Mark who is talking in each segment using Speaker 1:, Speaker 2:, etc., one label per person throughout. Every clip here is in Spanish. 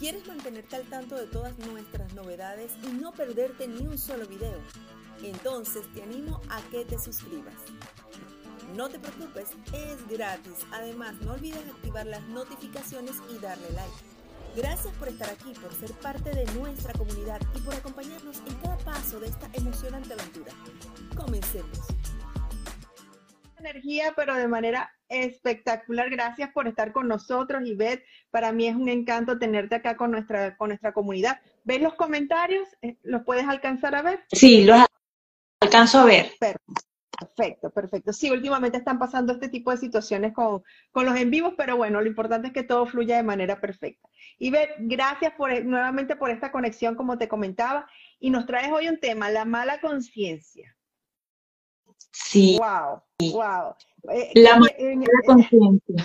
Speaker 1: ¿Quieres mantenerte al tanto de todas nuestras novedades y no perderte ni un solo video? Entonces te animo a que te suscribas. No te preocupes, es gratis. Además, no olvides activar las notificaciones y darle like. Gracias por estar aquí, por ser parte de nuestra comunidad y por acompañarnos en cada paso de esta emocionante aventura. Comencemos.
Speaker 2: Energía, pero de manera espectacular. Gracias por estar con nosotros, Ivette. Para mí es un encanto tenerte acá con nuestra comunidad. ¿Ves los comentarios? ¿Los puedes alcanzar a ver?
Speaker 3: Sí, los alcanzo a ver.
Speaker 2: Perfecto, perfecto. Sí, últimamente están pasando este tipo de situaciones con los en vivos, pero bueno, lo importante es que todo fluya de manera perfecta. Ivette, gracias nuevamente por esta conexión, como te comentaba, y nos traes hoy un tema, la mala conciencia.
Speaker 3: Sí.
Speaker 2: Wow, wow.
Speaker 3: La mala conciencia.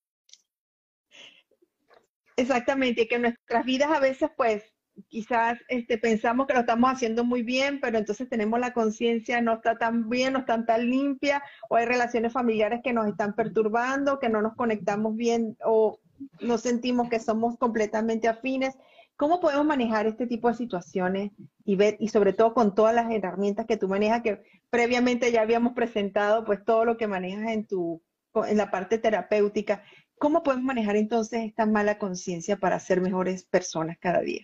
Speaker 2: Exactamente, que en nuestras vidas a veces, pues, quizás pensamos que lo estamos haciendo muy bien, pero entonces tenemos la conciencia, no está tan bien, no está tan limpia, o hay relaciones familiares que nos están perturbando, que no nos conectamos bien, o no sentimos que somos completamente afines. ¿Cómo podemos manejar este tipo de situaciones, Ivette, y sobre todo con todas las herramientas que tú manejas, que previamente ya habíamos presentado, pues todo lo que manejas en la parte terapéutica? ¿Cómo podemos manejar entonces esta mala conciencia para ser mejores personas cada día?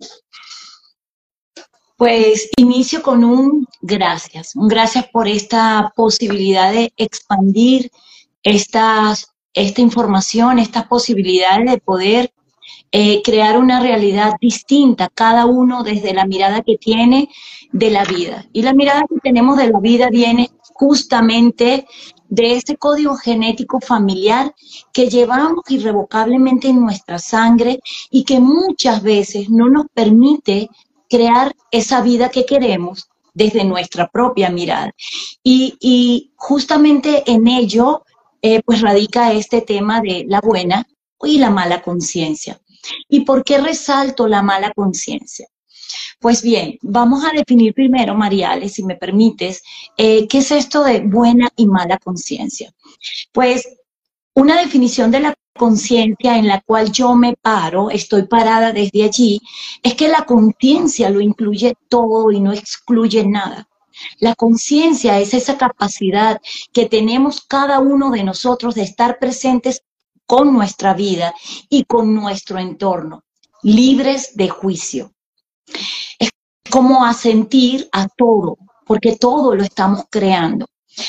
Speaker 3: Pues inicio con un gracias por esta posibilidad de expandir esta información, estas posibilidades de poder crear una realidad distinta, cada uno desde la mirada que tiene de la vida. Y la mirada que tenemos de la vida viene justamente de ese código genético familiar que llevamos irrevocablemente en nuestra sangre y que muchas veces no nos permite crear esa vida que queremos desde nuestra propia mirada. Y justamente en ello pues radica este tema de la buena y la mala conciencia. ¿Y por qué resalto la mala conciencia? Pues bien, vamos a definir primero, Mariale, si me permites, ¿qué es esto de buena y mala conciencia? Pues una definición de la conciencia en la cual yo me paro, estoy parada desde allí, es que la conciencia lo incluye todo y no excluye nada. La conciencia es esa capacidad que tenemos cada uno de nosotros de estar presentes con nuestra vida y con nuestro entorno, libres de juicio. Es como asentir a todo, porque todo lo estamos creando.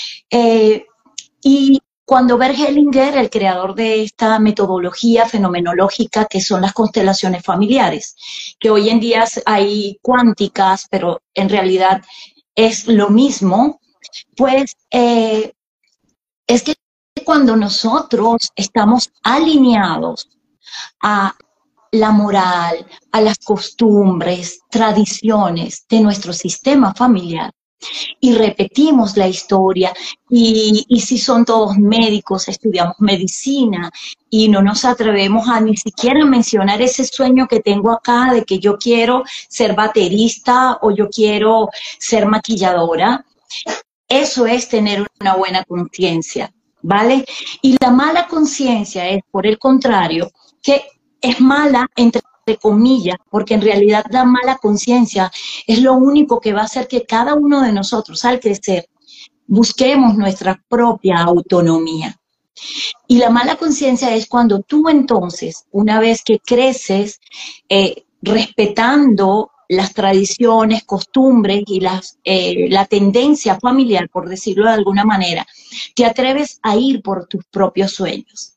Speaker 3: Y cuando Bert Hellinger, el creador de esta metodología fenomenológica que son las constelaciones familiares, que hoy en día hay cuánticas, pero en realidad es lo mismo, pues es que cuando nosotros estamos alineados a la moral, a las costumbres, tradiciones de nuestro sistema familiar y repetimos la historia y si son todos médicos, estudiamos medicina y no nos atrevemos a ni siquiera mencionar ese sueño que tengo acá de que yo quiero ser baterista o yo quiero ser maquilladora, eso es tener una buena conciencia, ¿vale? Y la mala conciencia es, por el contrario, que es mala entre comillas, porque en realidad la mala conciencia es lo único que va a hacer que cada uno de nosotros, al crecer, busquemos nuestra propia autonomía. Y la mala conciencia es cuando tú entonces, una vez que creces, respetando las tradiciones, costumbres y la tendencia familiar, por decirlo de alguna manera, te atreves a ir por tus propios sueños.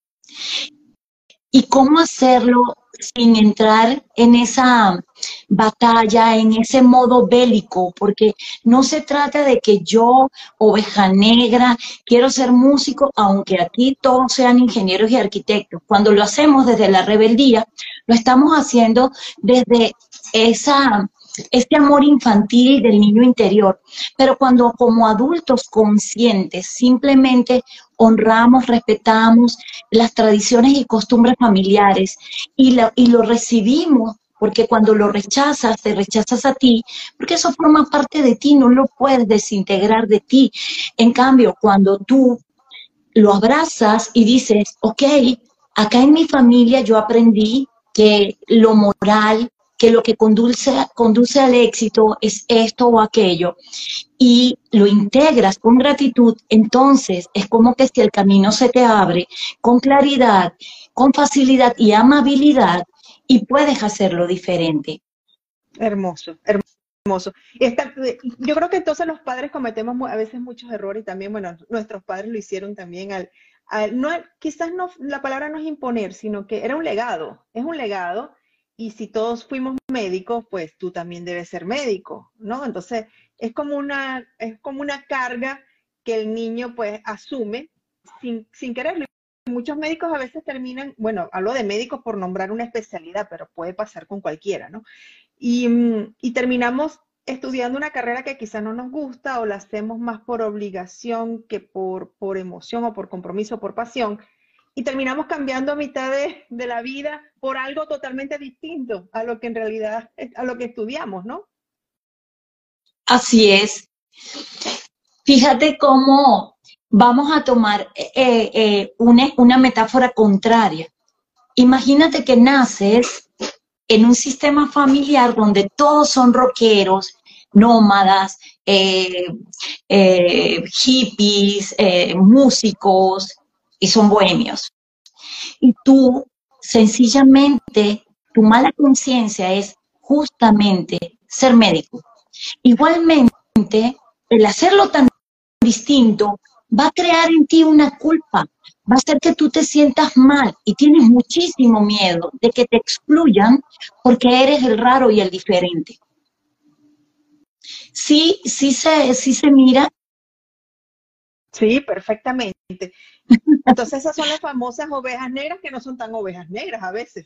Speaker 3: ¿Y cómo hacerlo sin entrar en esa batalla, en ese modo bélico? Porque no se trata de que yo, oveja negra, quiero ser músico, aunque aquí todos sean ingenieros y arquitectos. Cuando lo hacemos desde la rebeldía, lo estamos haciendo desde este amor infantil del niño interior. Pero cuando como adultos conscientes simplemente honramos, respetamos las tradiciones y costumbres familiares y lo recibimos, porque cuando lo rechazas, te rechazas a ti, porque eso forma parte de ti, no lo puedes desintegrar de ti. En cambio, cuando tú lo abrazas y dices, ok, acá en mi familia yo aprendí que lo moral, que lo que conduce al éxito es esto o aquello, y lo integras con gratitud, entonces es como que si el camino se te abre con claridad, con facilidad y amabilidad, y puedes hacerlo diferente.
Speaker 2: Hermoso, hermoso. Yo creo que entonces los padres cometemos a veces muchos errores y también, bueno, nuestros padres lo hicieron también no, quizás no, la palabra no es imponer, sino que era un legado, es un legado, y si todos fuimos médicos, pues tú también debes ser médico, ¿no? Entonces, es como una carga que el niño pues asume sin quererlo. Muchos médicos a veces terminan, bueno, hablo de médicos por nombrar una especialidad, pero puede pasar con cualquiera, ¿no? Y terminamos estudiando una carrera que quizás no nos gusta o la hacemos más por obligación que por emoción o por compromiso o por pasión. Y terminamos cambiando a mitad de la vida por algo totalmente distinto a lo que en realidad, a lo que estudiamos, ¿no?
Speaker 3: Así es. Fíjate cómo vamos a tomar una metáfora contraria. Imagínate que naces en un sistema familiar donde todos son rockeros, nómadas, hippies, músicos, y son bohemios. Y tú, sencillamente, tu mala conciencia es justamente ser médico. Igualmente, el hacerlo tan distinto va a crear en ti una culpa, va a hacer que tú te sientas mal y tienes muchísimo miedo de que te excluyan porque eres el raro y el diferente. Sí se mira.
Speaker 2: Sí, perfectamente. Entonces esas son las famosas ovejas negras que no son tan ovejas negras a veces.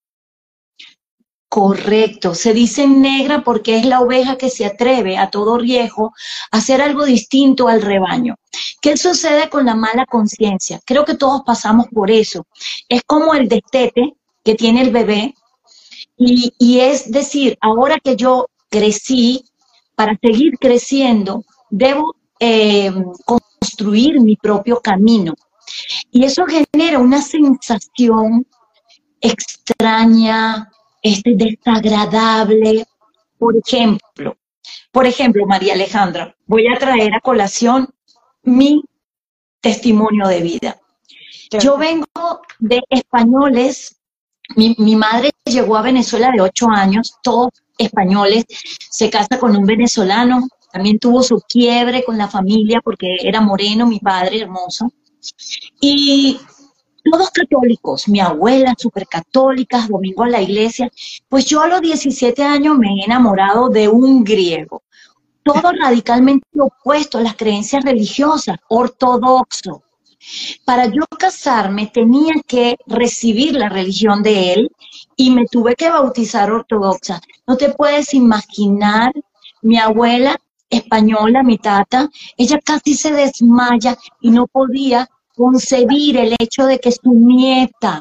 Speaker 3: Correcto, se dice negra porque es la oveja que se atreve a todo riesgo a hacer algo distinto al rebaño. ¿Qué sucede con la mala conciencia? Creo que todos pasamos por eso. Es como el destete que tiene el bebé y es decir, ahora que yo crecí, para seguir creciendo, debo construir mi propio camino. Y eso genera una sensación extraña, desagradable. Por ejemplo, María Alejandra, voy a traer a colación mi testimonio de vida. Yo vengo de españoles, mi madre llegó a Venezuela de 8 años, todos españoles, se casa con un venezolano, también tuvo su quiebre con la familia porque era moreno, mi padre, hermoso, y todos católicos, mi abuela súper católica, domingo a la iglesia. Pues yo a los 17 años me he enamorado de un griego, todo radicalmente opuesto a las creencias religiosas, ortodoxo. Para yo casarme tenía que recibir la religión de él y me tuve que bautizar ortodoxa. No te puedes imaginar, mi abuela española, mi tata, ella casi se desmaya y no podía concebir el hecho de que su nieta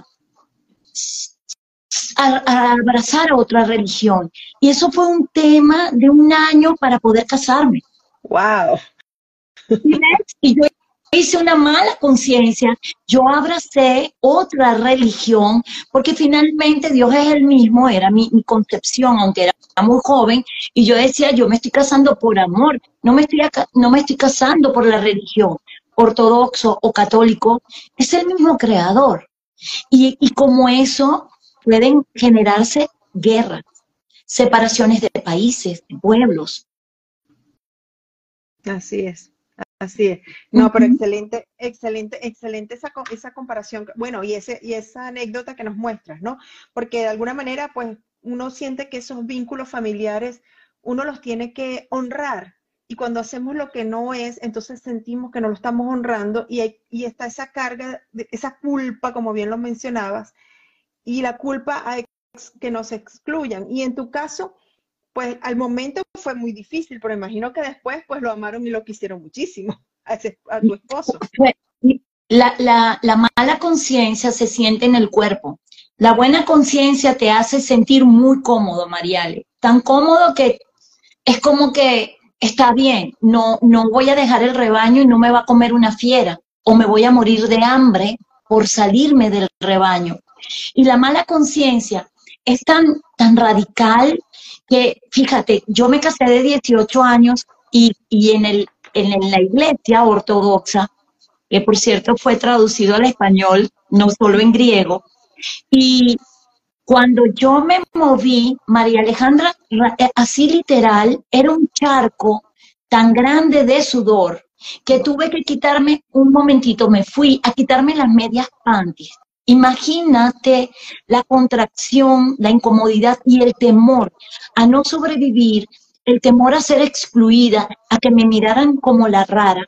Speaker 3: a abrazar a otra religión. Y eso fue un tema de 1 año para poder casarme.
Speaker 2: ¡Wow!
Speaker 3: Y yo hice una mala conciencia, yo abracé otra religión, porque finalmente Dios es el mismo, era mi concepción, aunque era muy joven, y yo decía, yo me estoy casando por amor, no me estoy casando por la religión, ortodoxo o católico, es el mismo creador. Y como eso pueden generarse guerras, separaciones de países, de pueblos.
Speaker 2: Así es. Así es. No, pero excelente, excelente, excelente esa comparación. Bueno, y esa anécdota que nos muestras, ¿no? Porque de alguna manera, pues, uno siente que esos vínculos familiares, uno los tiene que honrar. Y cuando hacemos lo que no es, entonces sentimos que no lo estamos honrando y está esa carga, esa culpa, como bien lo mencionabas, y la culpa a que nos excluyan. Y en tu caso, pues al momento fue muy difícil, pero imagino que después pues lo amaron y lo quisieron muchísimo a tu esposo.
Speaker 3: La mala conciencia se siente en el cuerpo. La buena conciencia te hace sentir muy cómodo, Mariale. Tan cómodo que es como que está bien, no voy a dejar el rebaño y no me va a comer una fiera, o me voy a morir de hambre por salirme del rebaño. Y la mala conciencia es tan radical que, fíjate, yo me casé de 18 años y en la iglesia ortodoxa, que por cierto fue traducido al español, no solo en griego, y cuando yo me moví, María Alejandra, así literal, era un charco tan grande de sudor que tuve que quitarme un momentito, me fui a quitarme las medias panties. Imagínate la contracción, la incomodidad y el temor a no sobrevivir, el temor a ser excluida, a que me miraran como la rara.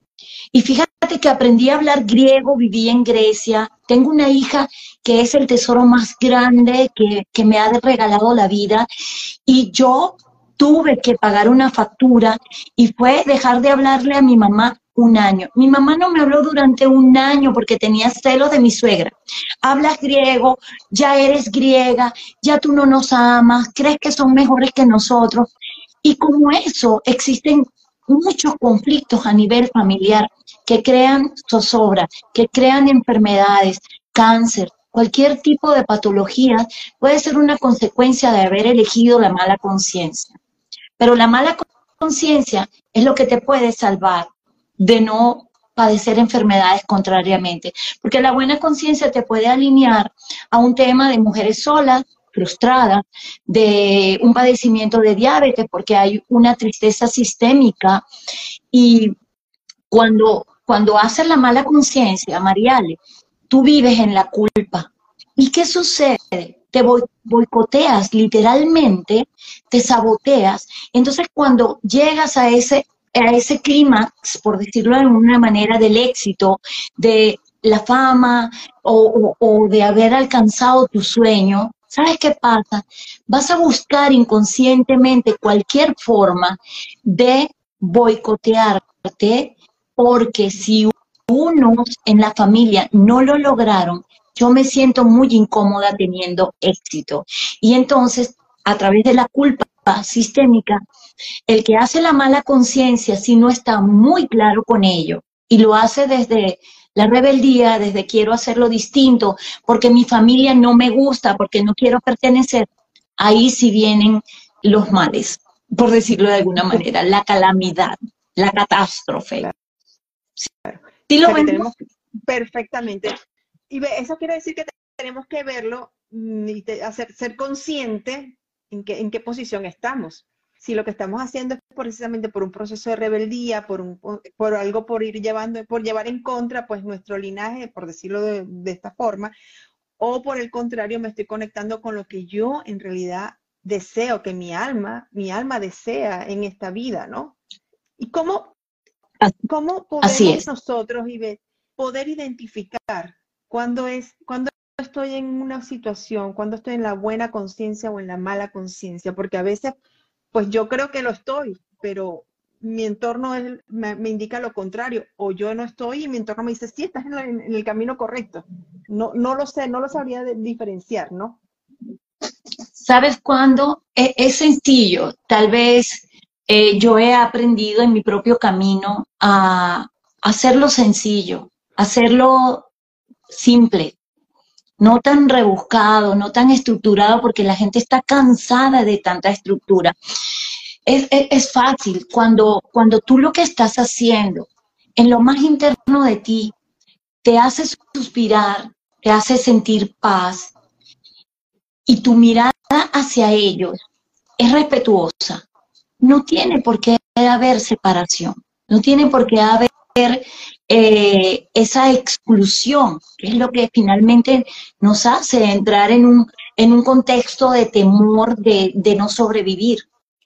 Speaker 3: Y fíjate que aprendí a hablar griego, viví en Grecia, tengo una hija que es el tesoro más grande que me ha regalado la vida, y yo tuve que pagar una factura y fue dejar de hablarle a mi mamá un año. Mi mamá no me habló durante un año porque tenía celos de mi suegra. Hablas griego, ya eres griega, ya tú no nos amas, crees que son mejores que nosotros. Y como eso, existen muchos conflictos a nivel familiar que crean zozobra, que crean enfermedades, cáncer, cualquier tipo de patología puede ser una consecuencia de haber elegido la mala conciencia. Pero la mala conciencia es lo que te puede salvar de no padecer enfermedades contrariamente, porque la buena conciencia te puede alinear a un tema de mujeres solas, frustradas, de un padecimiento de diabetes, porque hay una tristeza sistémica. Y cuando haces la mala conciencia, Mariale, tú vives en la culpa. ¿Y qué sucede? Te boicoteas literalmente, te saboteas. Entonces, cuando llegas a ese clímax, por decirlo de alguna manera, del éxito, de la fama o de haber alcanzado tu sueño, ¿sabes qué pasa? Vas a buscar inconscientemente cualquier forma de boicotearte, porque si unos en la familia no lo lograron, yo me siento muy incómoda teniendo éxito. Y entonces, a través de la culpa sistémica, el que hace la mala conciencia, si no está muy claro con ello, y lo hace desde la rebeldía, desde quiero hacerlo distinto, porque mi familia no me gusta, porque no quiero pertenecer, ahí sí vienen los males, por decirlo de alguna manera, la calamidad, la catástrofe.
Speaker 2: Claro.
Speaker 3: ¿Sí lo vemos?
Speaker 2: Perfectamente. Y eso quiere decir que tenemos que verlo y ser consciente en qué posición estamos. Si lo que estamos haciendo es precisamente por un proceso de rebeldía, por algo por llevar en contra pues nuestro linaje, por decirlo de esta forma, o por el contrario me estoy conectando con lo que yo en realidad deseo, que mi alma desea en esta vida, ¿no? Y cómo podemos nosotros, Ivette, poder identificar cuando estoy en una situación, cuando estoy en la buena conciencia o en la mala conciencia, porque a veces pues yo creo que lo estoy, pero mi entorno me indica lo contrario, o yo no estoy y mi entorno me dice, sí, estás en el camino correcto. No lo sé, no lo sabría diferenciar, ¿no?
Speaker 3: ¿Sabes cuándo? Es sencillo. Tal vez yo he aprendido en mi propio camino a hacerlo sencillo, hacerlo simple, no tan rebuscado, no tan estructurado, porque la gente está cansada de tanta estructura. Es fácil cuando tú lo que estás haciendo en lo más interno de ti te hace suspirar, te hace sentir paz, y tu mirada hacia ellos es respetuosa. No tiene por qué haber separación, no tiene por qué haber esa exclusión, que es lo que finalmente nos hace entrar en un contexto de temor de no sobrevivir.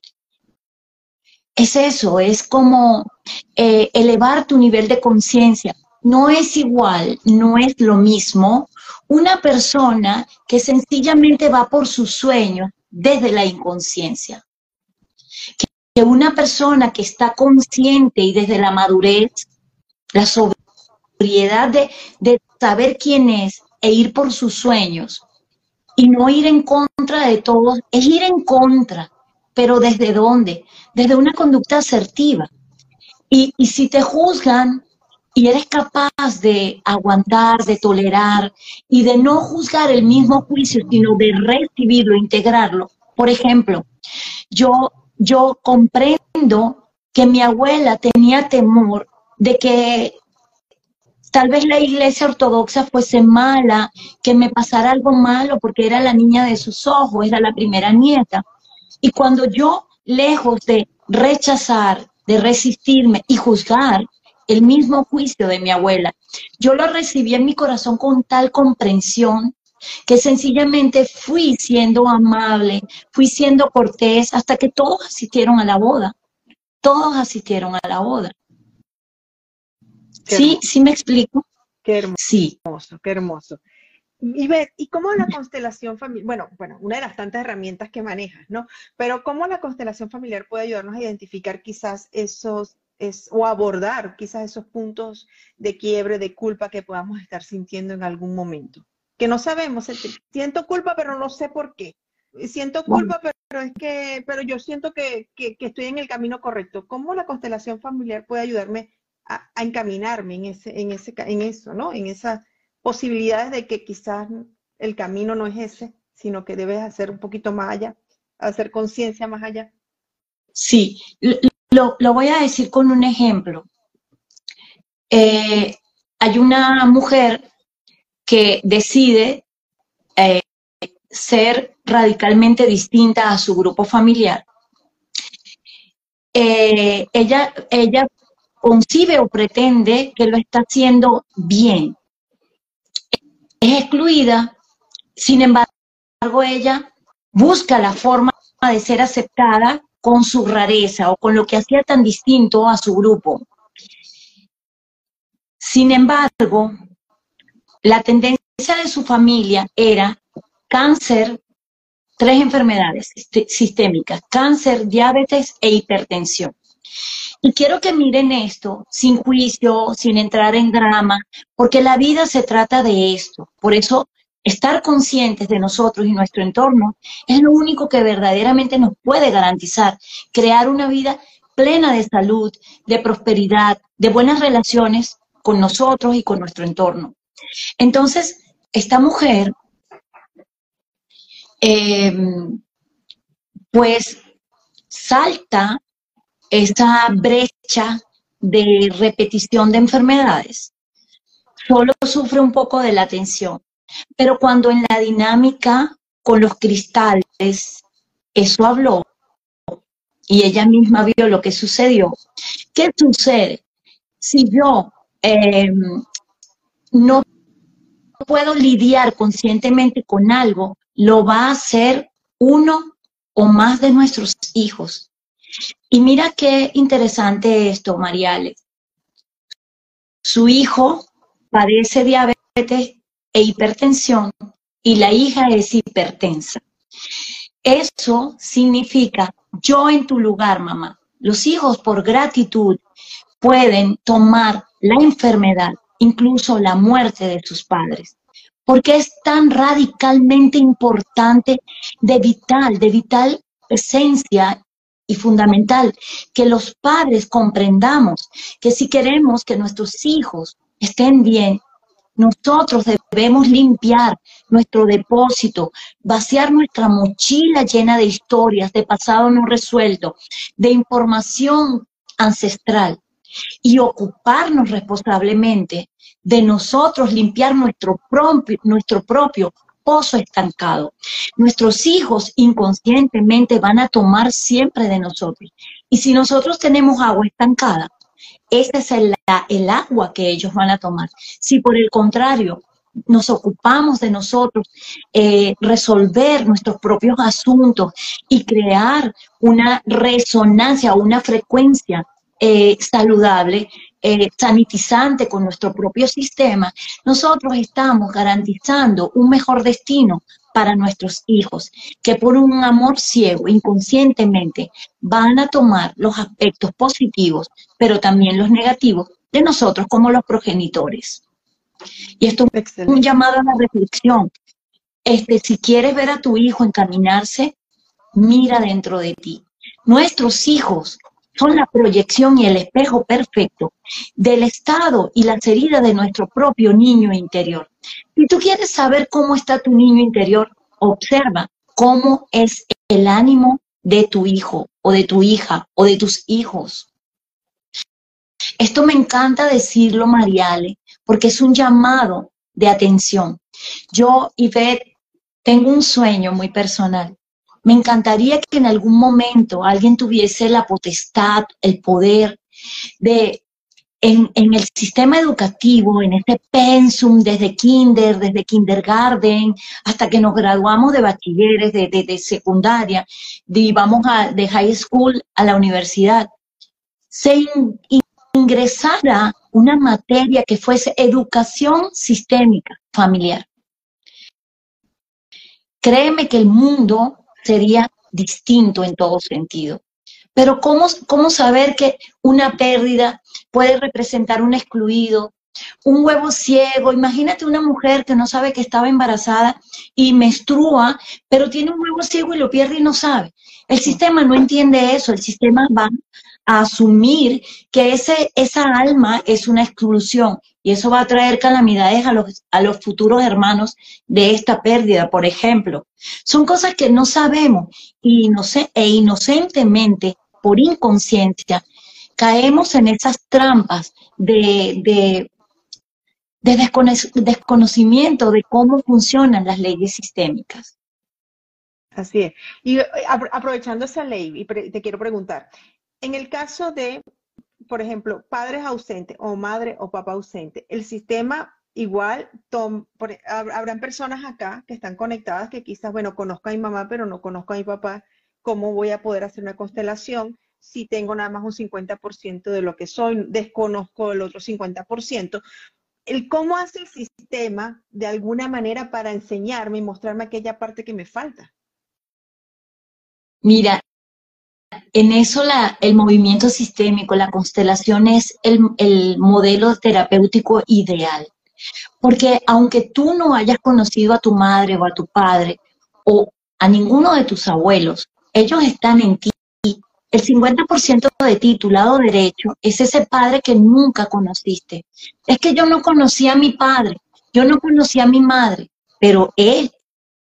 Speaker 3: Es eso, es como elevar tu nivel de conciencia. No es igual, no es lo mismo una persona que sencillamente va por sus sueños desde la inconsciencia, que una persona que está consciente y desde la madurez, la sobriedad de saber quién es e ir por sus sueños y no ir en contra de todos, es ir en contra, pero ¿desde dónde? Desde una conducta asertiva. Y si te juzgan, y eres capaz de aguantar, de tolerar y de no juzgar el mismo juicio, sino de recibirlo, integrarlo. Por ejemplo, yo comprendo que mi abuela tenía temor de que tal vez la iglesia ortodoxa fuese mala, que me pasara algo malo porque era la niña de sus ojos, era la primera nieta. Y cuando yo, lejos de rechazar, de resistirme y juzgar el mismo juicio de mi abuela, yo lo recibí en mi corazón con tal comprensión que sencillamente fui siendo amable, fui siendo cortés, hasta que todos asistieron a la boda. Todos asistieron a la boda. ¿Sí? ¿Sí me explico?
Speaker 2: Qué hermoso,
Speaker 3: sí.
Speaker 2: Qué hermoso. Y ver, ¿y cómo la constelación familiar, bueno, una de las tantas herramientas que manejas, ¿no? Pero ¿cómo la constelación familiar puede ayudarnos a identificar quizás o abordar quizás esos puntos de quiebre, de culpa que podamos estar sintiendo en algún momento? Que no sabemos, siento culpa, pero no sé por qué. Siento culpa, pero yo siento que estoy en el camino correcto. ¿Cómo la constelación familiar puede ayudarme a encaminarme en eso, ¿no? En esas posibilidades de que quizás el camino no es ese, sino que debes hacer un poquito más allá, hacer conciencia más allá.
Speaker 3: Sí, lo voy a decir con un ejemplo. Hay una mujer que decide ser radicalmente distinta a su grupo familiar. Ella concibe o pretende que lo está haciendo bien. Es excluida, sin embargo, ella busca la forma de ser aceptada con su rareza o con lo que hacía tan distinto a su grupo. Sin embargo, la tendencia de su familia era cáncer, 3 enfermedades sistémicas: cáncer, diabetes e hipertensión. Y quiero que miren esto sin juicio, sin entrar en drama, porque la vida se trata de esto. Por eso, estar conscientes de nosotros y nuestro entorno es lo único que verdaderamente nos puede garantizar crear una vida plena de salud, de prosperidad, de buenas relaciones con nosotros y con nuestro entorno. Entonces, esta mujer, pues, salta esa brecha de repetición de enfermedades. Solo sufre un poco de la tensión, pero cuando en la dinámica con los cristales eso habló y ella misma vio lo que sucedió. ¿Qué sucede? Si yo no puedo lidiar conscientemente con algo, lo va a hacer uno o más de nuestros hijos. Y mira qué interesante esto, Mariales. Su hijo padece diabetes e hipertensión y la hija es hipertensa. Eso significa, yo en tu lugar, mamá. Los hijos, por gratitud, pueden tomar la enfermedad, incluso la muerte de sus padres, porque es tan radicalmente importante, de vital esencia y fundamental, que los padres comprendamos que si queremos que nuestros hijos estén bien, nosotros debemos limpiar nuestro depósito, vaciar nuestra mochila llena de historias, de pasado no resuelto, de información ancestral, y ocuparnos responsablemente de nosotros limpiar nuestro propio pozo estancado. Nuestros hijos inconscientemente van a tomar siempre de nosotros. Y si nosotros tenemos agua estancada, ese es el agua que ellos van a tomar. Si por el contrario nos ocupamos de nosotros, resolver nuestros propios asuntos y crear una resonancia, una frecuencia saludable, sanitizante con nuestro propio sistema, nosotros estamos garantizando un mejor destino para nuestros hijos, que por un amor ciego, inconscientemente, van a tomar los aspectos positivos, pero también los negativos de nosotros como los progenitores. Y esto es un llamado a la reflexión. Si quieres ver a tu hijo encaminarse, mira dentro de ti. Nuestros hijos son la proyección y el espejo perfecto del estado y las heridas de nuestro propio niño interior. Si tú quieres saber cómo está tu niño interior, observa cómo es el ánimo de tu hijo o de tu hija o de tus hijos. Esto me encanta decirlo, Mariale, porque es un llamado de atención. Yo, Ivette, tengo un sueño muy personal. Me encantaría que en algún momento alguien tuviese la potestad, el poder de, en el sistema educativo, en este pensum, desde kinder, desde kindergarten, hasta que nos graduamos de bachilleres, de secundaria, vamos de high school a la universidad, se ingresara una materia que fuese educación sistémica familiar. Créeme que el mundo sería distinto en todo sentido. Pero ¿cómo saber que una pérdida puede representar un excluido, un huevo ciego? Imagínate una mujer que no sabe que estaba embarazada y menstrua, pero tiene un huevo ciego y lo pierde y no sabe. El sistema no entiende eso, el sistema va a asumir que esa alma es una exclusión y eso va a traer calamidades a los futuros hermanos de esta pérdida, por ejemplo. Son cosas que no sabemos e inocentemente, por inconsciencia, caemos en esas trampas de desconocimiento de cómo funcionan las leyes sistémicas.
Speaker 2: Así es. Y aprovechando esa ley, te quiero preguntar, en el caso de, por ejemplo, padres ausentes o madre o papá ausente, el sistema igual, habrán personas acá que están conectadas que quizás, bueno, conozco a mi mamá, pero no conozco a mi papá. ¿Cómo voy a poder hacer una constelación si tengo nada más un 50% de lo que soy? Desconozco el otro 50%. ¿Cómo hace el sistema de alguna manera para enseñarme y mostrarme aquella parte que me falta?
Speaker 3: Mira, en eso el movimiento sistémico, la constelación es el modelo terapéutico ideal. Porque aunque tú no hayas conocido a tu madre o a tu padre o a ninguno de tus abuelos, ellos están en ti. El 50% de ti, tu lado derecho, es ese padre que nunca conociste. Es que yo no conocí a mi padre, yo no conocí a mi madre, pero ellos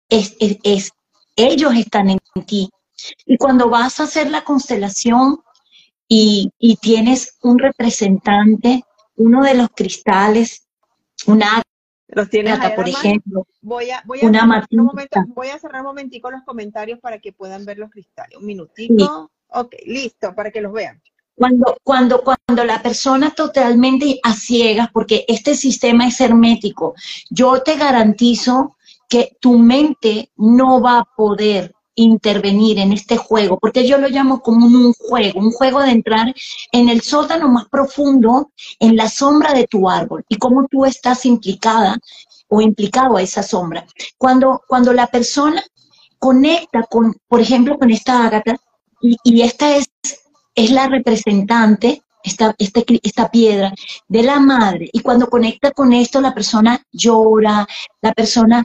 Speaker 3: están en ti. Y cuando vas a hacer la constelación y tienes un representante, uno de los cristales, una
Speaker 2: los tienes
Speaker 3: ágata, por ejemplo,
Speaker 2: voy a
Speaker 3: una
Speaker 2: cerrar un momentico los comentarios para que puedan ver los cristales. Un minutico. Sí. Ok, listo, para que los vean.
Speaker 3: Cuando la persona totalmente a ciegas, porque este sistema es hermético, yo te garantizo que tu mente no va a poder intervenir en este juego, porque yo lo llamo como un juego de entrar en el sótano más profundo, en la sombra de tu árbol, y cómo tú estás implicada o implicado a esa sombra. Cuando la persona conecta con, por ejemplo, con esta ágata, y esta es la representante, esta piedra de la madre, y cuando conecta con esto, la persona llora, la persona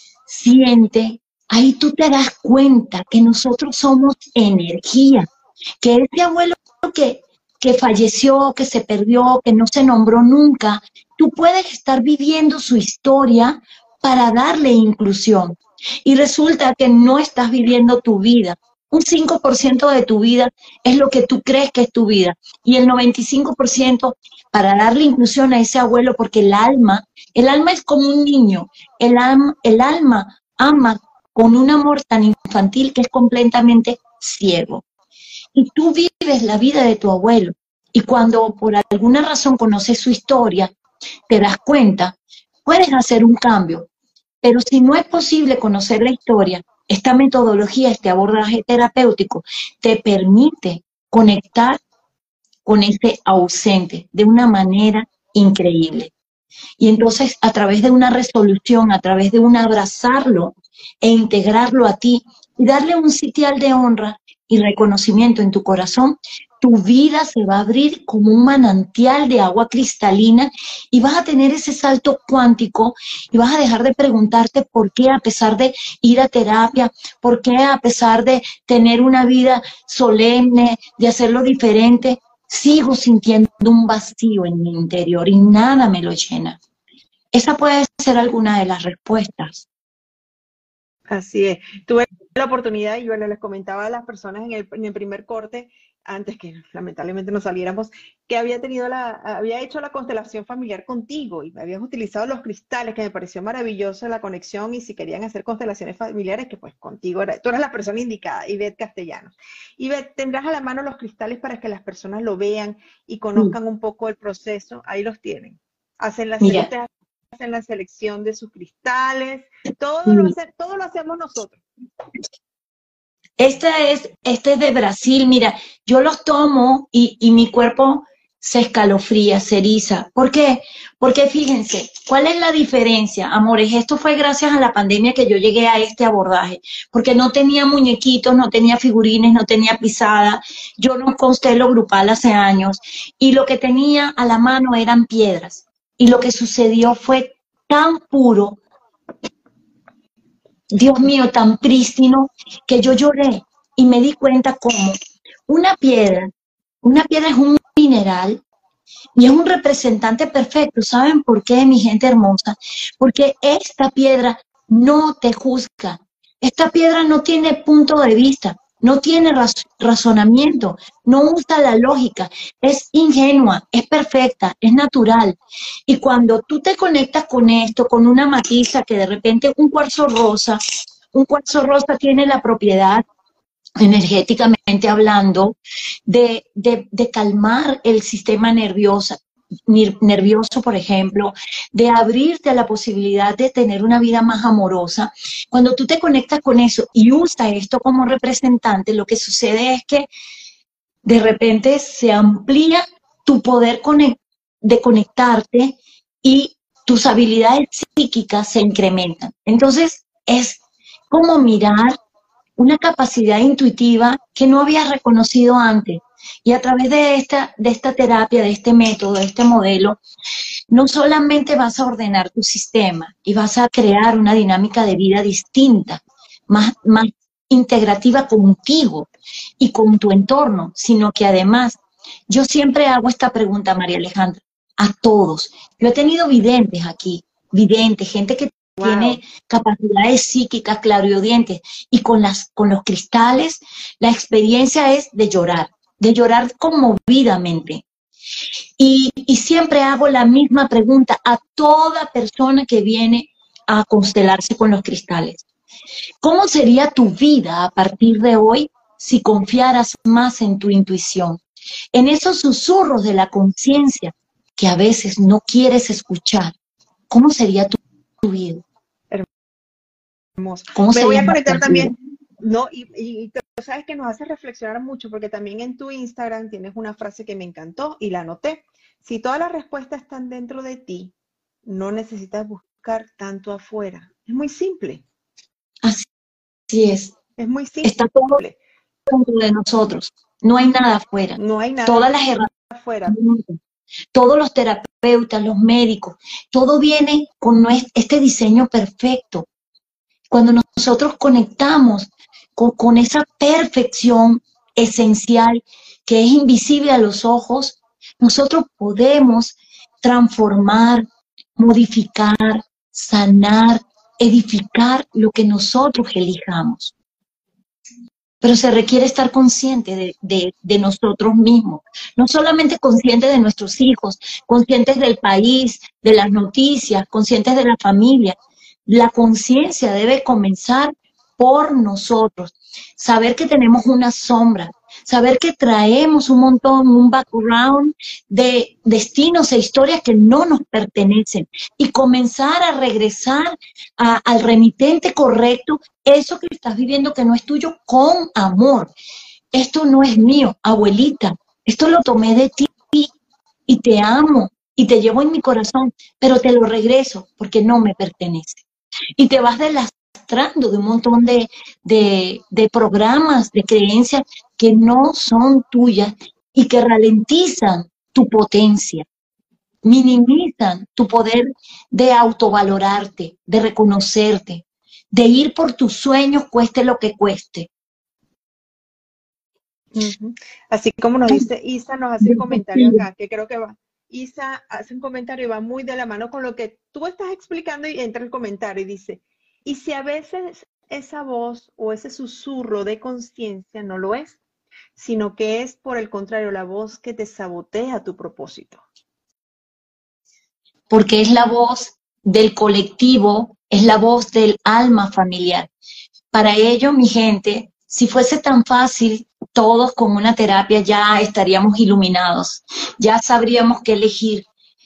Speaker 3: siente. Ahí tú te das cuenta que nosotros somos energía, que ese abuelo que falleció, que se perdió, que no se nombró nunca, tú puedes estar viviendo su historia para darle inclusión. Y resulta que no estás viviendo tu vida. Un 5% de tu vida es lo que tú crees que es tu vida. Y el 95% para darle inclusión a ese abuelo, porque el alma es como un niño. El alma ama con un amor tan infantil que es completamente ciego. Y tú vives la vida de tu abuelo. Y cuando por alguna razón conoces su historia, te das cuenta, puedes hacer un cambio. Pero si no es posible conocer la historia, esta metodología, este abordaje terapéutico, te permite conectar con ese ausente de una manera increíble. Y entonces, a través de una resolución, a través de un abrazarlo e integrarlo a ti y darle un sitial de honra y reconocimiento en tu corazón, tu vida se va a abrir como un manantial de agua cristalina y vas a tener ese salto cuántico y vas a dejar de preguntarte por qué, a pesar de ir a terapia, por qué, a pesar de tener una vida solemne, de hacerlo diferente, sigo sintiendo un vacío en mi interior y nada me lo llena. Esa puede ser alguna de las respuestas.
Speaker 2: Así es. Tuve la oportunidad, y bueno, les comentaba a las personas en el primer corte, antes que lamentablemente no saliéramos, que había hecho la constelación familiar contigo y habías utilizado los cristales, que me pareció maravillosa la conexión, y si querían hacer constelaciones familiares, que pues contigo tú eras la persona indicada, Ivette Castellanos. Ivette, tendrás a la mano los cristales para que las personas lo vean y conozcan un poco el proceso. Ahí los tienen.
Speaker 3: Mira,
Speaker 2: Ustedes hacen la selección de sus cristales, todo lo hacemos nosotros.
Speaker 3: este es de Brasil, mira, yo los tomo y mi cuerpo se escalofría, se eriza. ¿Por qué? Porque fíjense, ¿cuál es la diferencia, amores? Esto fue gracias a la pandemia que yo llegué a este abordaje, porque no tenía muñequitos, no tenía figurines, no tenía pisada, yo no constelo grupal hace años, y lo que tenía a la mano eran piedras. Y lo que sucedió fue tan puro, Dios mío, tan prístino, que yo lloré y me di cuenta cómo una piedra es un mineral y es un representante perfecto. ¿Saben por qué, mi gente hermosa? Porque esta piedra no te juzga. Esta piedra no tiene punto de vista, no tiene razonamiento, no usa la lógica, es ingenua, es perfecta, es natural. Y cuando tú te conectas con esto, con una matiza que de repente un cuarzo rosa tiene la propiedad, energéticamente hablando, de calmar el sistema nervioso, por ejemplo, de abrirte a la posibilidad de tener una vida más amorosa. Cuando tú te conectas con eso y usas esto como representante, lo que sucede es que de repente se amplía tu poder de conectarte y tus habilidades psíquicas se incrementan. Entonces, es como mirar una capacidad intuitiva que no habías reconocido antes. Y a través de esta terapia, de este método, de este modelo, no solamente vas a ordenar tu sistema y vas a crear una dinámica de vida distinta, más integrativa contigo y con tu entorno, sino que además, yo siempre hago esta pregunta, María Alejandra, a todos. Yo he tenido videntes aquí, gente que tiene capacidades psíquicas, clariaudientes, y con los cristales, la experiencia es de llorar conmovidamente. Y siempre hago la misma pregunta a toda persona que viene a constelarse con los cristales. ¿Cómo sería tu vida a partir de hoy si confiaras más en tu intuición? En esos susurros de la conciencia que a veces no quieres escuchar. ¿Cómo sería tu vida?
Speaker 2: Hermoso.
Speaker 3: ¿Cómo
Speaker 2: Me voy a conectar
Speaker 3: vida?
Speaker 2: también, ¿no? Y tú sabes que nos hace reflexionar mucho, porque también en tu Instagram tienes una frase que me encantó y la anoté. Si todas las respuestas están dentro de ti, no necesitas buscar tanto afuera. Es muy simple.
Speaker 3: Así es.
Speaker 2: Es muy simple.
Speaker 3: Está todo dentro de nosotros. No hay nada afuera.
Speaker 2: No hay nada
Speaker 3: Todas las herramientas
Speaker 2: afuera.
Speaker 3: Todos los terapeutas, los médicos, todo viene con este diseño perfecto. Cuando nosotros conectamos con esa perfección esencial que es invisible a los ojos, nosotros podemos transformar, modificar, sanar, edificar lo que nosotros elijamos. Pero se requiere estar consciente de nosotros mismos, no solamente conscientes de nuestros hijos, conscientes del país, de las noticias, conscientes de la familia. La conciencia debe comenzar por nosotros, saber que tenemos una sombra, saber que traemos un background de destinos e historias que no nos pertenecen y comenzar a regresar al remitente correcto, eso que estás viviendo que no es tuyo, con amor. Esto no es mío, abuelita, esto lo tomé de ti y te amo y te llevo en mi corazón, pero te lo regreso porque no me pertenece. Y te vas deslastrando de un montón de programas, de creencias que no son tuyas y que ralentizan tu potencia, minimizan tu poder de autovalorarte, de reconocerte, de ir por tus sueños, cueste lo que cueste.
Speaker 2: Así como nos dice Isa, nos hace un comentario acá, que creo que va. Isa hace un comentario y va muy de la mano con lo que tú estás explicando y entra el comentario y dice, y si a veces esa voz o ese susurro de conciencia no lo es, sino que es por el contrario la voz que te sabotea tu propósito.
Speaker 3: Porque es la voz del colectivo, es la voz del alma familiar. Para ello, mi gente, si fuese tan fácil, todos con una terapia ya estaríamos iluminados, ya sabríamos qué elegir.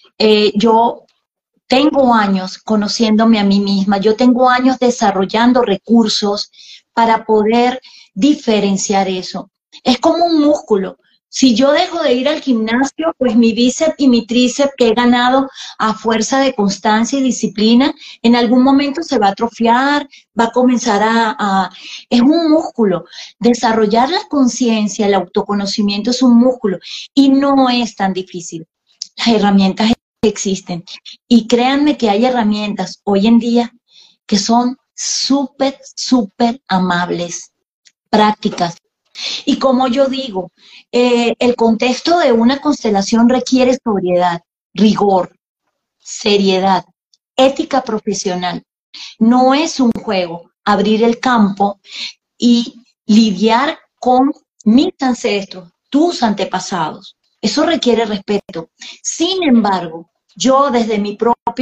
Speaker 3: Yo tengo años conociéndome a mí misma, yo tengo años desarrollando recursos para poder diferenciar eso. Es como un músculo. Si yo dejo de ir al gimnasio, pues mi bíceps y mi tríceps que he ganado a fuerza de constancia y disciplina, en algún momento se va a atrofiar, va a comenzar es un músculo. Desarrollar la conciencia, el autoconocimiento es un músculo y no es tan difícil. Las herramientas existen y créanme que hay herramientas hoy en día que son súper, súper amables, prácticas. Y como yo digo, el contexto de una constelación requiere sobriedad, rigor, seriedad, ética profesional. No es un juego abrir el campo y lidiar con mis ancestros, tus antepasados. Eso requiere respeto. Sin embargo, yo desde mi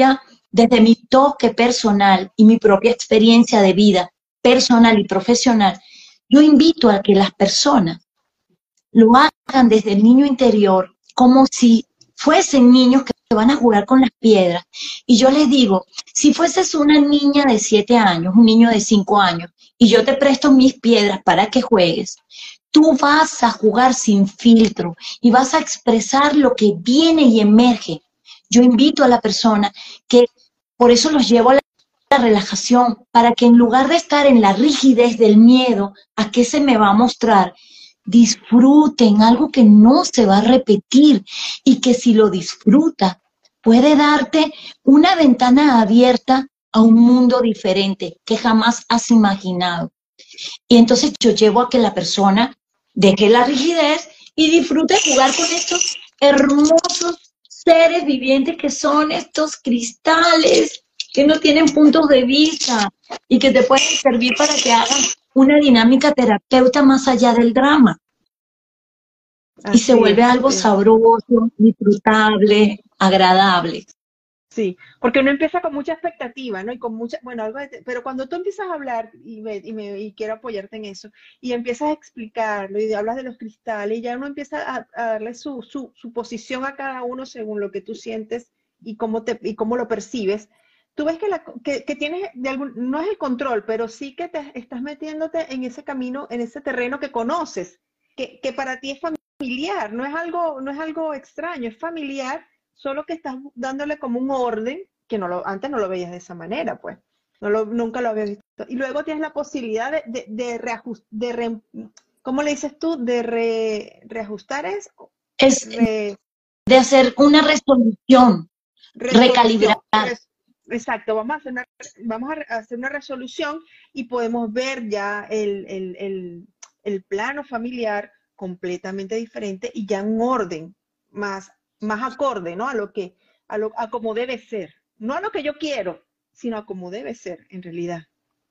Speaker 3: toque personal y mi propia experiencia de vida personal y profesional, yo invito a que las personas lo hagan desde el niño interior, como si fuesen niños que van a jugar con las piedras. Y yo les digo, si fueses una niña de 7 años, un niño de 5 años, y yo te presto mis piedras para que juegues, tú vas a jugar sin filtro y vas a expresar lo que viene y emerge. Yo invito a la persona que, por eso los llevo a la relajación, para que en lugar de estar en la rigidez del miedo, ¿a qué se me va a mostrar? Disfruten algo que no se va a repetir y que si lo disfrutas puede darte una ventana abierta a un mundo diferente que jamás has imaginado. Y entonces yo llevo a que la persona deje la rigidez y disfrute jugar con estos hermosos seres vivientes que son estos cristales que no tienen puntos de vista y que te pueden servir para que hagas una dinámica terapeuta más allá del drama. Y se vuelve algo sabroso, disfrutable, agradable.
Speaker 2: Sí, porque uno empieza con mucha expectativa, ¿no? Y con mucha, bueno, pero cuando tú empiezas a hablar, y quiero apoyarte en eso, y empiezas a explicarlo, y hablas de los cristales, y ya uno empieza a darle su posición a cada uno según lo que tú sientes y cómo lo percibes, tú ves que tienes, no es el control, pero sí que te estás metiéndote en ese camino, en ese terreno que conoces, que para ti es familiar, no es algo extraño, es familiar, solo que estás dándole como un orden, que antes no lo veías de esa manera, pues, nunca lo habías visto. Y luego tienes la posibilidad de reajustar, ¿cómo le dices tú? De reajustar
Speaker 3: de hacer una resolución, recalibrar.
Speaker 2: Exacto, vamos a hacer una resolución y podemos ver ya el plano familiar completamente diferente y ya un orden más acorde, ¿no? A como debe ser. No a lo que yo quiero, sino a como debe ser en realidad.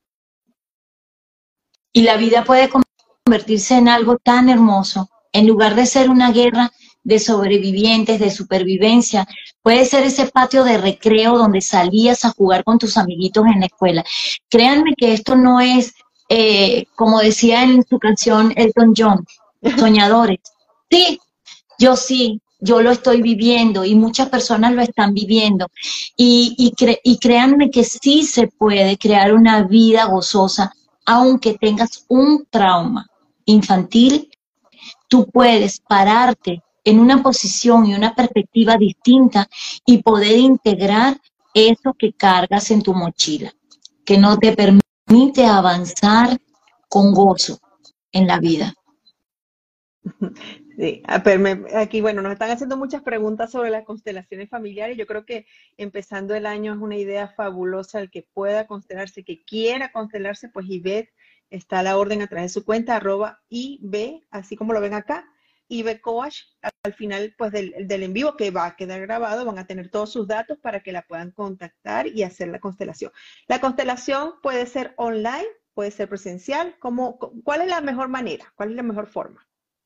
Speaker 3: Y la vida puede convertirse en algo tan hermoso. En lugar de ser una guerra de sobrevivientes, de supervivencia, puede ser ese patio de recreo donde salías a jugar con tus amiguitos en la escuela. Créanme que esto no es, como decía en su canción Elton John, soñadores. Sí, yo lo estoy viviendo y muchas personas lo están viviendo. Y créanme que sí se puede crear una vida gozosa, aunque tengas un trauma infantil. Tú puedes pararte en una posición y una perspectiva distinta y poder integrar eso que cargas en tu mochila, que no te permite avanzar con gozo en la vida.
Speaker 2: Sí, aquí, bueno, nos están haciendo muchas preguntas sobre las constelaciones familiares. Yo creo que empezando el año es una idea fabulosa el que pueda constelarse, que quiera constelarse, pues Ivette está a la orden a través de su cuenta, @IB, así como lo ven acá, IB Coach. Al final, pues del en vivo que va a quedar grabado, van a tener todos sus datos para que la puedan contactar y hacer la constelación. La constelación puede ser online, puede ser presencial. ¿Cuál es la mejor manera? ¿Cuál es la mejor forma?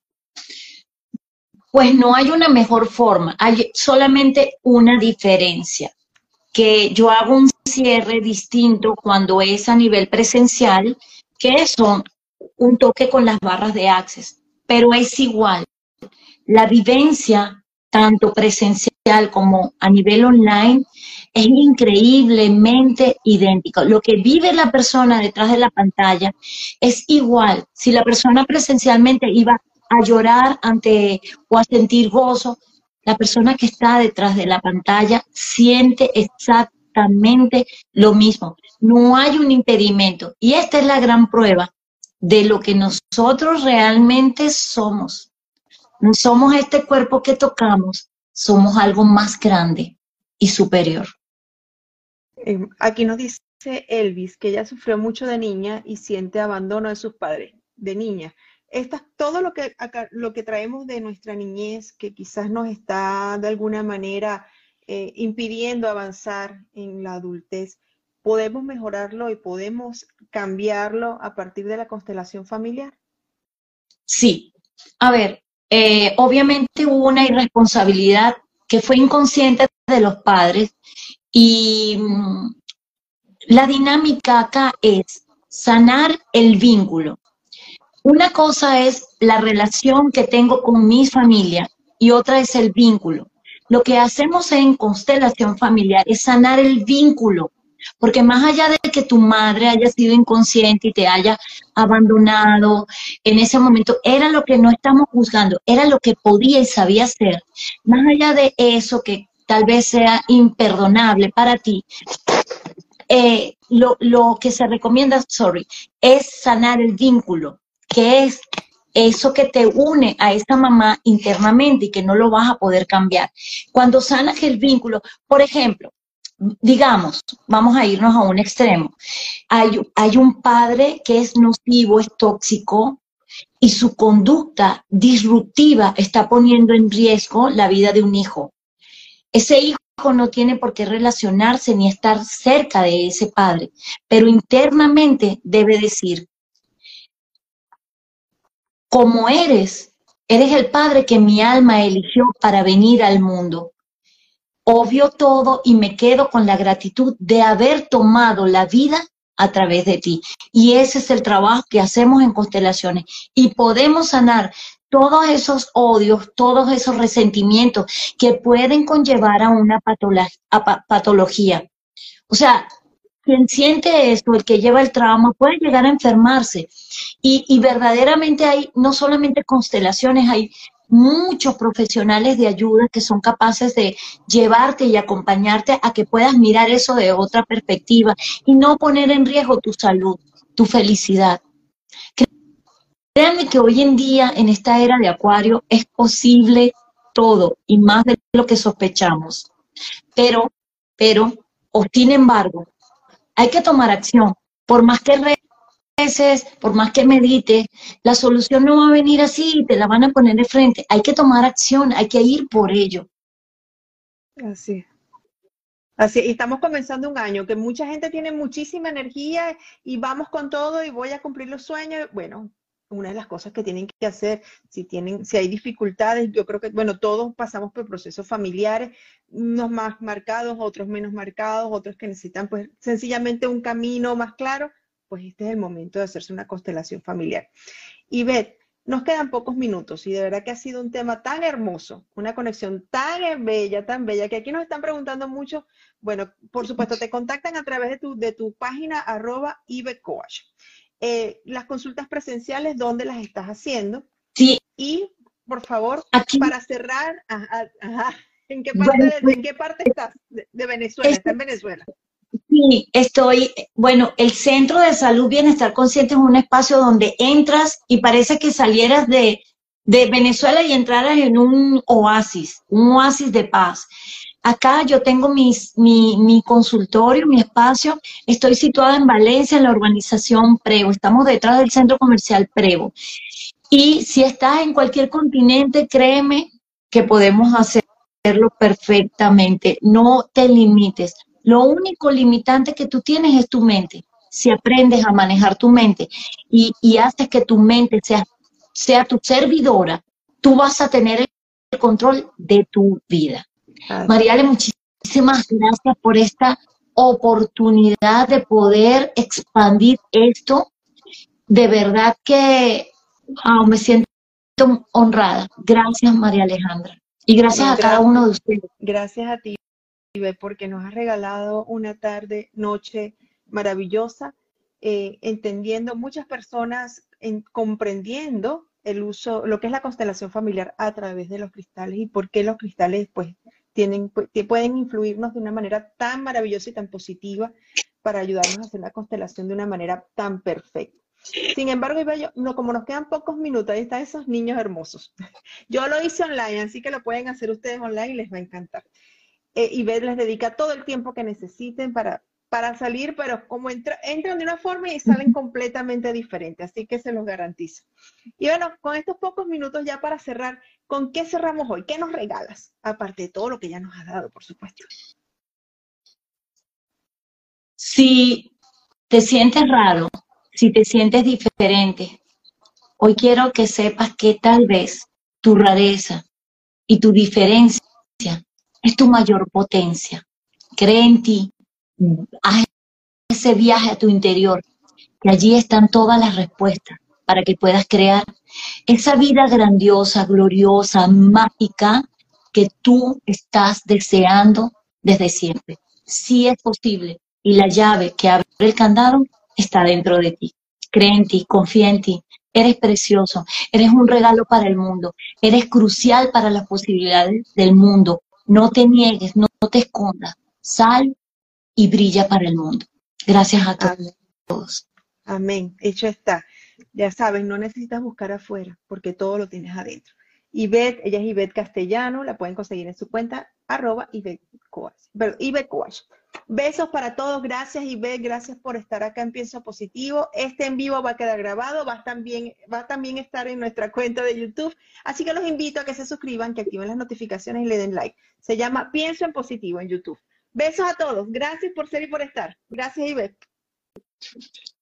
Speaker 3: Pues no hay una mejor forma, hay solamente una diferencia, que yo hago un cierre distinto cuando es a nivel presencial, que son un toque con las barras de Access, pero es igual. La vivencia, tanto presencial como a nivel online, es increíblemente idéntica. Lo que vive la persona detrás de la pantalla es igual. Si la persona presencialmente iba a llorar ante o a sentir gozo, la persona que está detrás de la pantalla siente exactamente lo mismo. No hay un impedimento. Y esta es la gran prueba de lo que nosotros realmente somos. No somos este cuerpo que tocamos, somos algo más grande y superior.
Speaker 2: Aquí nos dice Elvis que ella sufrió mucho de niña y siente abandono de sus padres de niña. Todo lo que traemos de nuestra niñez, que quizás nos está de alguna manera impidiendo avanzar en la adultez, ¿podemos mejorarlo y podemos cambiarlo a partir de la constelación familiar?
Speaker 3: Sí. A ver, obviamente hubo una irresponsabilidad que fue inconsciente de los padres y la dinámica acá es sanar el vínculo. Una cosa es la relación que tengo con mi familia y otra es el vínculo. Lo que hacemos en constelación familiar es sanar el vínculo, porque más allá de que tu madre haya sido inconsciente y te haya abandonado en ese momento, era lo que no estamos juzgando, era lo que podía y sabía hacer. Más allá de eso que tal vez sea imperdonable para ti, lo que se recomienda, es sanar el vínculo, que es eso que te une a esa mamá internamente y que no lo vas a poder cambiar. Cuando sanas el vínculo, por ejemplo, digamos, vamos a irnos a un extremo, hay un padre que es nocivo, es tóxico y su conducta disruptiva está poniendo en riesgo la vida de un hijo. Ese hijo no tiene por qué relacionarse ni estar cerca de ese padre, pero internamente debe decir, como eres el padre que mi alma eligió para venir al mundo. Obvio todo y me quedo con la gratitud de haber tomado la vida a través de ti. Y ese es el trabajo que hacemos en Constelaciones. Y podemos sanar todos esos odios, todos esos resentimientos que pueden conllevar a una patología. O sea, quien siente esto, el que lleva el trauma, puede llegar a enfermarse. Y verdaderamente hay no solamente constelaciones, hay muchos profesionales de ayuda que son capaces de llevarte y acompañarte a que puedas mirar eso de otra perspectiva y no poner en riesgo tu salud, tu felicidad. Créanme que hoy en día, en esta era de Acuario, es posible todo y más de lo que sospechamos. Pero, o sin embargo, hay que tomar acción. Por más que reces, por más que medites, la solución no va a venir así y te la van a poner de frente. Hay que tomar acción, hay que ir por ello.
Speaker 2: Así. Así, y estamos comenzando un año que mucha gente tiene muchísima energía y vamos con todo y voy a cumplir los sueños. Bueno, una de las cosas que tienen que hacer, si hay dificultades, yo creo que, bueno, todos pasamos por procesos familiares, unos más marcados, otros menos marcados, otros que necesitan, pues, sencillamente un camino más claro, pues este es el momento de hacerse una constelación familiar. Y Beth, nos quedan pocos minutos y de verdad que ha sido un tema tan hermoso, una conexión tan bella, que aquí nos están preguntando mucho. Bueno, por supuesto, te contactan a través de tu página @IBCoach. Las consultas presenciales, ¿dónde las estás haciendo?
Speaker 3: Sí.
Speaker 2: Y, por favor,
Speaker 3: aquí,
Speaker 2: para cerrar, ¿en qué parte estás de Venezuela? ¿Está en Venezuela?
Speaker 3: Sí, bueno, el Centro de Salud Bienestar Consciente es un espacio donde entras y parece que salieras de de Venezuela y entraras en un oasis de paz. Acá yo tengo mi consultorio, mi espacio. Estoy situada en Valencia, en la urbanización Prevo. Estamos detrás del centro comercial Prevo. Y si estás en cualquier continente, créeme que podemos hacerlo perfectamente. No te limites. Lo único limitante que tú tienes es tu mente. Si aprendes a manejar tu mente y haces que tu mente sea tu servidora, tú vas a tener el control de tu vida. Mariale, muchísimas gracias por esta oportunidad de poder expandir esto. De verdad que me siento honrada. Gracias, María Alejandra. Y gracias a cada uno de ustedes.
Speaker 2: Gracias a ti, Ivette, porque nos has regalado una tarde, noche maravillosa, entendiendo muchas personas, comprendiendo el uso, lo que es la constelación familiar a través de los cristales y por qué los cristales pues pueden influirnos de una manera tan maravillosa y tan positiva para ayudarnos a hacer la constelación de una manera tan perfecta. Sin embargo, como nos quedan pocos minutos, ahí están esos niños hermosos. Yo lo hice online, así que lo pueden hacer ustedes online y les va a encantar. Ivette les dedica todo el tiempo que necesiten para salir, pero como entran de una forma y salen completamente diferentes, así que se los garantizo. Y bueno, con estos pocos minutos ya para cerrar, ¿con qué cerramos hoy? ¿Qué nos regalas? Aparte de todo lo que ya nos has dado, por supuesto.
Speaker 3: Si te sientes raro, si te sientes diferente, hoy quiero que sepas que tal vez tu rareza y tu diferencia es tu mayor potencia. Cree en ti, haz ese viaje a tu interior, que allí están todas las respuestas para que puedas crear esa vida grandiosa, gloriosa, mágica que tú estás deseando desde siempre. Sí es posible y la llave que abre el candado está dentro de ti. Cree en ti, confía en ti. Eres precioso, eres un regalo para el mundo, eres crucial para las posibilidades del mundo. No te niegues, no te escondas. Sal y brilla para el mundo. Gracias a todos.
Speaker 2: Amén. Hecho está. Ya saben, no necesitas buscar afuera, porque todo lo tienes adentro. Ivette, ella es Ivette Castellano, la pueden conseguir en su cuenta, @Ivette Coach. Besos para todos, gracias Ivette, gracias por estar acá en Pienso Positivo. Este en vivo va a quedar grabado, va a también estar en nuestra cuenta de YouTube, así que los invito a que se suscriban, que activen las notificaciones y le den like. Se llama Pienso en Positivo en YouTube. Besos a todos, gracias por ser y por estar. Gracias Ivette.